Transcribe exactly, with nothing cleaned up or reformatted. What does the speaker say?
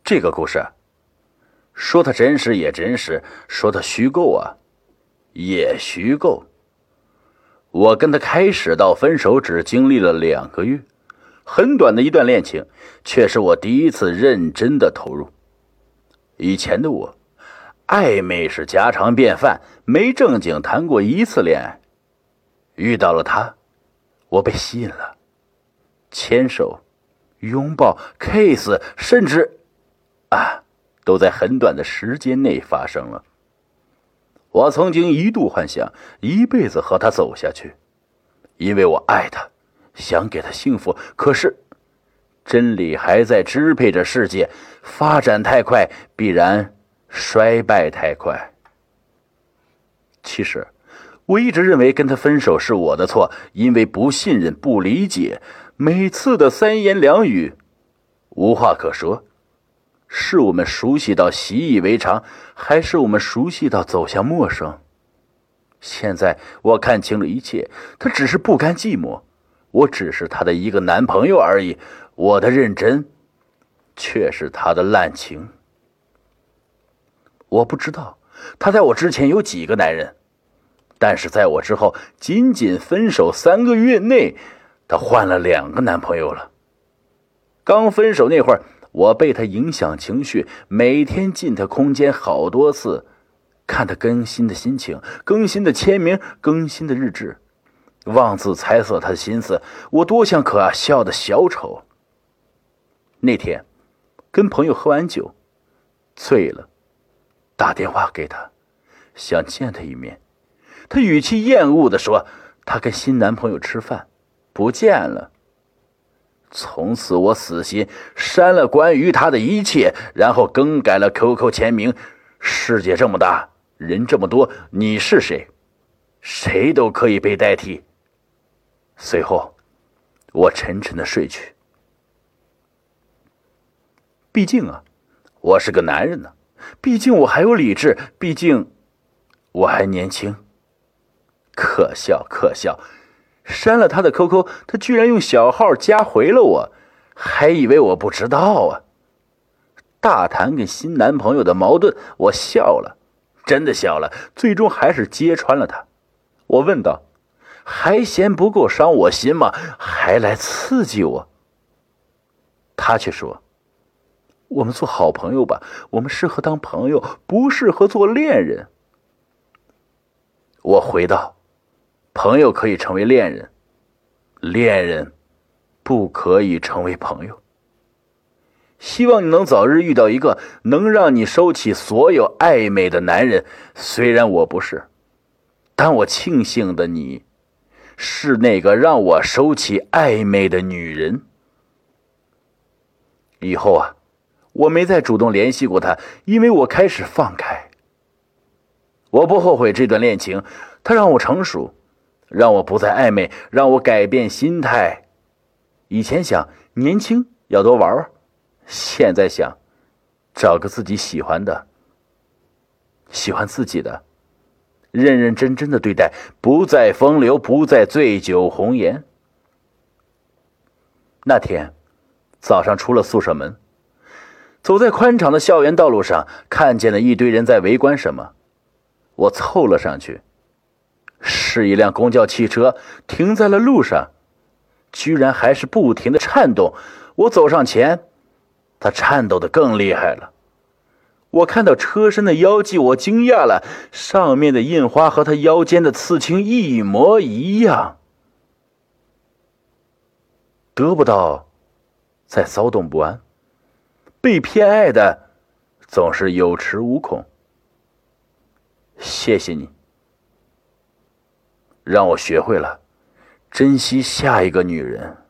这个故事说它真实也真实，说它虚构啊也虚构。我跟他开始到分手只经历了两个月，很短的一段恋情，却是我第一次认真的投入。以前的我，暧昧是家常便饭，没正经谈过一次恋爱。遇到了他，我被吸引了，牵手、拥抱、kiss， 甚至啊，都在很短的时间内发生了。我曾经一度幻想一辈子和他走下去，因为我爱他，想给他幸福。可是真理还在支配着世界，发展太快，必然衰败太快。其实我一直认为跟他分手是我的错，因为不信任、不理解，每次的三言两语无话可说。是我们熟悉到习以为常，还是我们熟悉到走向陌生？现在我看清了一切，他只是不甘寂寞，我只是他的一个男朋友而已，我的认真却是他的滥情。我不知道他在我之前有几个男人，但是在我之后仅仅分手三个月内，他换了两个男朋友了。刚分手那会儿，我被他影响情绪，每天进他空间好多次，看他更新的心情、更新的签名、更新的日志，妄自猜测他的心思，我多像可笑的小丑。那天跟朋友喝完酒醉了，打电话给他，想见他一面。他语气厌恶地说，他跟新男朋友吃饭，不见了。从此我死心，删了关于他的一切，然后更改了 Q Q 签名。世界这么大，人这么多，你是谁？谁都可以被代替。随后我沉沉的睡去。毕竟啊，我是个男人呢，毕竟我还有理智，毕竟我还年轻。可笑可笑，删了他的 Q Q， 他居然用小号加回了我，还以为我不知道啊。大谈跟新男朋友的矛盾，我笑了，真的笑了，最终还是揭穿了他。我问道，还嫌不够伤我心吗？还来刺激我？他却说，我们做好朋友吧，我们适合当朋友，不适合做恋人。我回道，朋友可以成为恋人，恋人不可以成为朋友。希望你能早日遇到一个能让你收起所有暧昧的男人，虽然我不是，但我庆幸的你是那个让我收起暧昧的女人。以后啊，我没再主动联系过他，因为我开始放开。我不后悔这段恋情，它让我成熟，让我不再暧昧，让我改变心态。以前想年轻要多玩玩，现在想找个自己喜欢的，喜欢自己的，认认真真的对待，不再风流，不再醉酒红颜。那天早上出了宿舍门，走在宽敞的校园道路上，看见了一堆人在围观什么。我凑了上去，是一辆公交汽车停在了路上，居然还是不停的颤动。我走上前，它颤抖得更厉害了。我看到车身的腰际，我惊讶了，上面的印花和它腰间的刺青一模一样。得不到才骚动不安，被偏爱的总是有恃无恐。谢谢你，让我学会了珍惜下一个女人。